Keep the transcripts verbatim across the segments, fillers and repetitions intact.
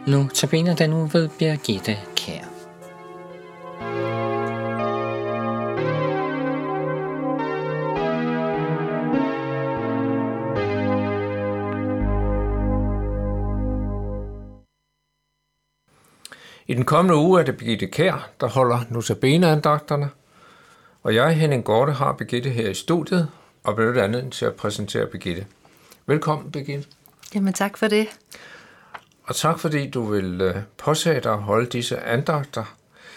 Notabene den nu ved Birgitte Kjær. I den kommende uge er det Birgitte Kjær, der holder notabene-andagterne, og jeg, Henning Gorte, har Birgitte her i studiet, og benytter anledningen til at præsentere Birgitte. Velkommen, Birgitte. Jamen tak for det. Og tak fordi du vil påsætte dig at holde disse andagter.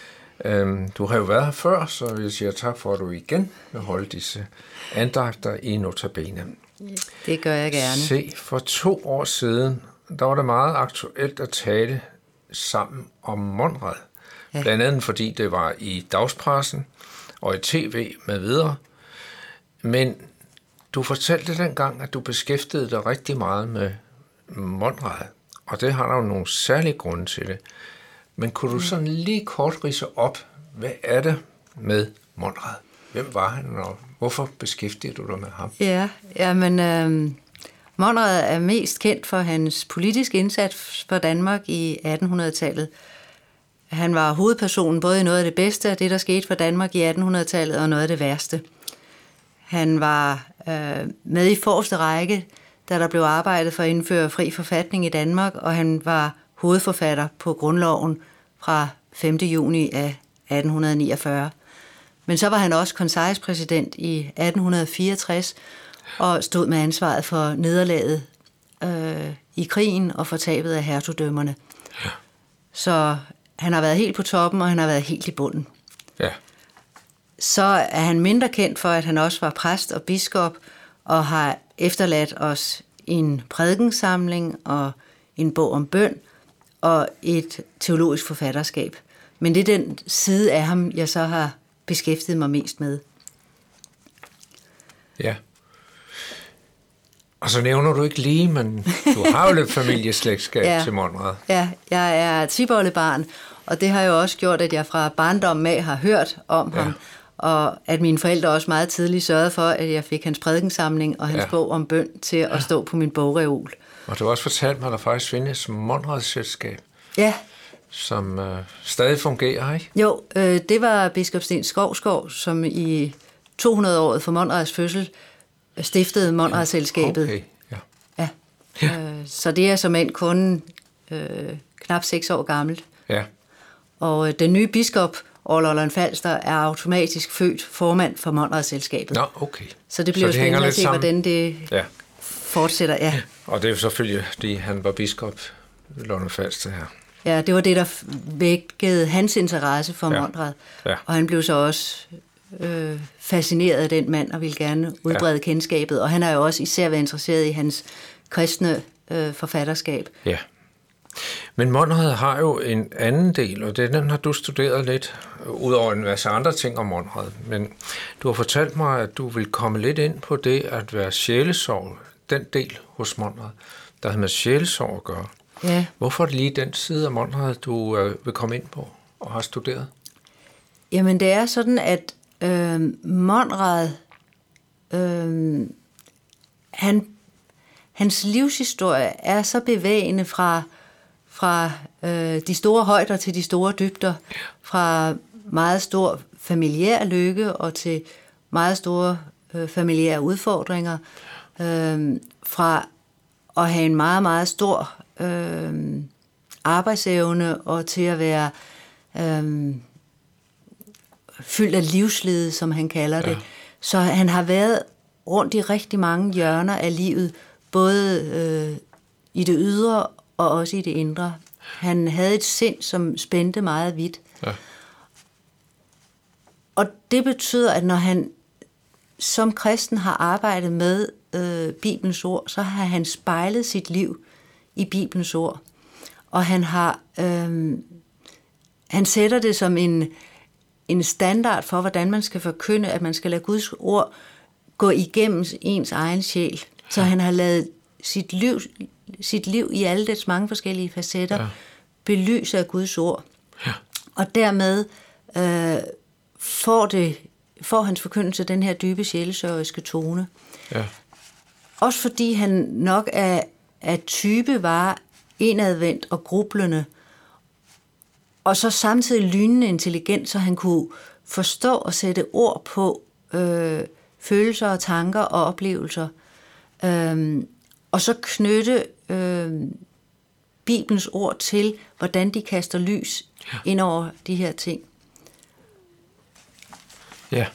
Du har jo været her før, så jeg siger tak for, at du igen vil holde disse andagter i notabene. Det gør jeg gerne. Se, for to år siden, der var det meget aktuelt at tale sammen om Monrad. Ja. Blandt andet fordi det var i dagspressen og i tv med videre. Men du fortalte dengang, at du beskæftigede dig rigtig meget med Monrad, og det har der jo nogle særlige grunde til det. Men kunne du sådan lige kort ridse op, hvad er det med Monrad? Hvem var han, og hvorfor beskæftigede du dig med ham? Ja, jamen, øh, Monrad er mest kendt for hans politiske indsats for Danmark i attenhundredetallet. Han var hovedpersonen både i noget af det bedste af det, der skete for Danmark i attenhundredetallet, og noget af det værste. Han var øh, med i forreste række, da der blev arbejdet for at indføre fri forfatning i Danmark, og han var hovedforfatter på grundloven fra femte juni af atten niogfyrre. Men så var han også konseilspræsident i atten fireogtres og stod med ansvaret for nederlaget øh, i krigen og for tabet af hertugdømmerne. Ja. Så han har været helt på toppen, og han har været helt i bunden. Ja. Så er han mindre kendt for, at han også var præst og biskop, og har efterladt os en prædikensamling og en bog om bøn og et teologisk forfatterskab. Men det er den side af ham, jeg så har beskæftiget mig mest med. Ja. Og så nævner du ikke lige, men du har jo lidt familieslægtskab ja. til Monrad. Ja, jeg er tiboldebarn, og det har jo også gjort, at jeg fra barndommen af har hørt om ja. ham, og at mine forældre også meget tidligt sørgede for, at jeg fik hans prædikensamling og hans ja. bog om bøn til at stå på min bogreol. Og du har også fortalt mig, at der faktisk findes Monrad-selskab, ja. som øh, stadig fungerer, ikke? Jo, øh, det var biskop Sten Skovsgaard, som i to hundrede året for Monrads fødsel stiftede Monrad-selskabet. Okay, ja. ja. ja. Øh, så det er som end kun øh, knap seks år gammelt. Ja. Og øh, den nye biskop, Orla Lolland Falster, er automatisk født formand for Monrad-selskabet. Nå, okay. Så det bliver så det spændende at se, sammen. hvordan det ja. fortsætter. Ja. Og det er jo selvfølgelig, fordi han var biskop Lolland Falster her. Ja, det var det, der vækkede hans interesse for ja. Monrad. Ja. Og han blev så også øh, fascineret af den mand og ville gerne udbrede ja. kendskabet. Og han har jo også især været interesseret i hans kristne øh, forfatterskab. Ja. Men Monrad har jo en anden del, og den har du studeret lidt, udover en masse andre ting om Monrad. Men du har fortalt mig, at du vil komme lidt ind på det at være sjælesorg, den del hos Monrad, der har med sjælesorg at gøre. Ja. Hvorfor er det lige den side af Monrad, du øh, vil komme ind på og har studeret? Jamen det er sådan, at øh, Monrad, øh, han, hans livshistorie er så bevægende fra, fra øh, de store højder til de store dybder, fra meget stor familiær lykke og til meget store øh, familiære udfordringer, øh, fra at have en meget, meget stor øh, arbejdsevne og til at være øh, fyldt af livslede, som han kalder det. Ja. Så han har været rundt i rigtig mange hjørner af livet, både øh, i det ydre og også i det indre. Han havde et sind, som spændte meget vidt. Ja. Og det betyder, at når han som kristen har arbejdet med øh, Bibelens ord, så har han spejlet sit liv i Bibelens ord. Og han har øh, han sætter det som en, en standard for, hvordan man skal forkynde, at man skal lade Guds ord gå igennem ens egen sjæl. Så han har ladet sit liv, sit liv i alle dets mange forskellige facetter ja. belyse af Guds ord. Ja. Og dermed øh, får, det, får hans forkyndelse den her dybe sjælesørgeriske tone. Ja. Også fordi han nok af, af type var indadvendt og grublende, og så samtidig lynende intelligent, så han kunne forstå og sætte ord på øh, følelser og tanker og oplevelser, øh, og så knytte øh, Bibelens ord til, hvordan de kaster lys ja. ind over de her ting. Ja.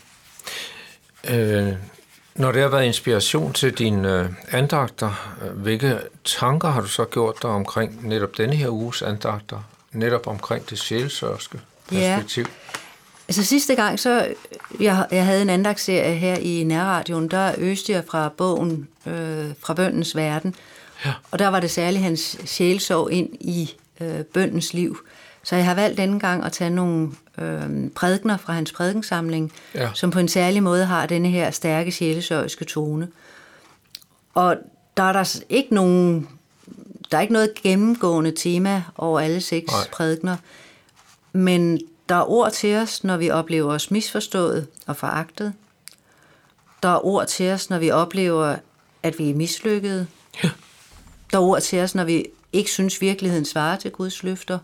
Øh, når det har været inspiration til dine øh, andagter, hvilke tanker har du så gjort dig omkring netop denne her uges andagter, netop omkring det sjælsørske perspektiv? Ja. Altså sidste gang, så jeg, jeg havde en andagtserie her i Nærradioen, der øste jeg fra bogen øh, Fra bønnens verden, ja. og der var det særligt hans sjælsorg ind i øh, bønnens liv. Så jeg har valgt denne gang at tage nogle øh, prædikener fra hans prædikensamling, ja. som på en særlig måde har denne her stærke sjælesørgiske tone. Og der er der ikke nogen, der er ikke noget gennemgående tema over alle seks Nej. prædikener, men der er ord til os, når vi oplever os misforstået og foragtet. Der er ord til os, når vi oplever, at vi er mislykkede. Ja. Der er ord til os, når vi ikke synes, virkeligheden svarer til Guds løfter.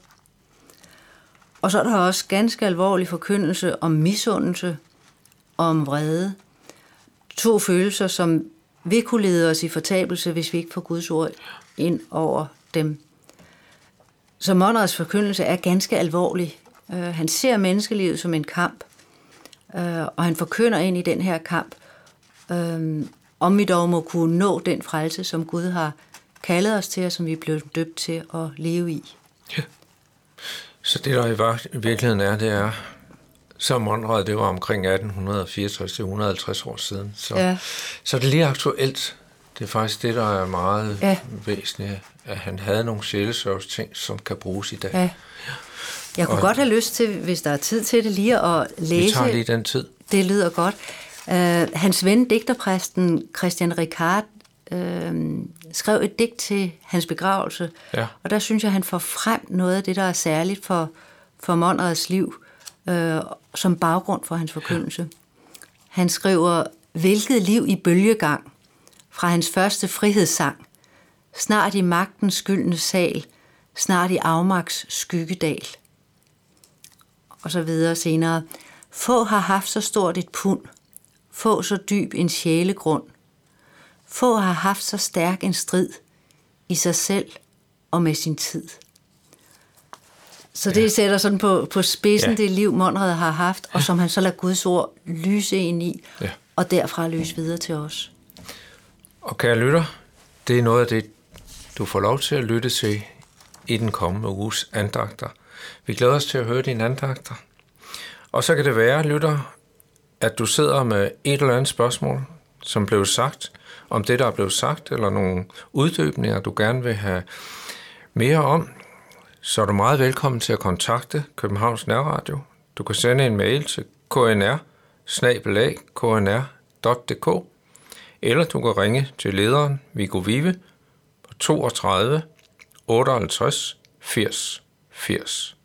Og så er der også ganske alvorlig forkyndelse om misundelse og om vrede. To følelser, som vil kunne lede os i fortabelse, hvis vi ikke får Guds ord ind over dem. Så Monrads forkyndelse er ganske alvorlig. Uh, han ser menneskelivet som en kamp, uh, og han forkynder ind i den her kamp, uh, om vi dog må kunne nå den frelse, som Gud har kaldet os til, og som vi er blevet døbt til at leve i. Ja. Så det, der i virkeligheden er, det er, så Monrad, det var omkring atten fireogtres til et hundrede og halvtreds år siden. Så, ja. så det er lige aktuelt. Det er faktisk det, der er meget ja. væsentligt, at han havde nogle sjælesørgs ting, som kan bruges i dag. Ja. Jeg kunne og, godt have lyst til, hvis der er tid til det, lige at læse. Vi tager lige den tid. Det lyder godt. Uh, hans ven, digterpræsten Christian Ricard, uh, skrev et digt til hans begravelse, ja. og der synes jeg, han får frem noget af det, der er særligt for, for Monrads liv, uh, som baggrund for hans forkyndelse. Ja. Han skriver, hvilket liv i bølgegang, fra hans første frihedssang, snart i magtens skyldne sal, snart i afmagts skyggedal. Og så videre senere. Få har haft så stort et pund, få så dyb en sjælegrund, få har haft så stærk en strid i sig selv og med sin tid. Så det ja. sætter sådan på, på spidsen ja. det liv, Monrad har haft, og som han så lader Guds ord lyse ind i, ja. og derfra lyse videre til os. Og kære lytter, det er noget af det, du får lov til at lytte til i den kommende uges andagter. Vi glæder os til at høre dine andagter. Og så kan det være, lytter, at du sidder med et eller andet spørgsmål, som blev sagt, om det, der er blevet sagt, eller nogle uddybninger, du gerne vil have mere om, så er du meget velkommen til at kontakte Københavns Nærradio. Du kan sende en mail til k n r bindestreg k n r punktum d k, eller du kan ringe til lederen Viggo Vive på toogtredive otteoghalvtreds firs firs.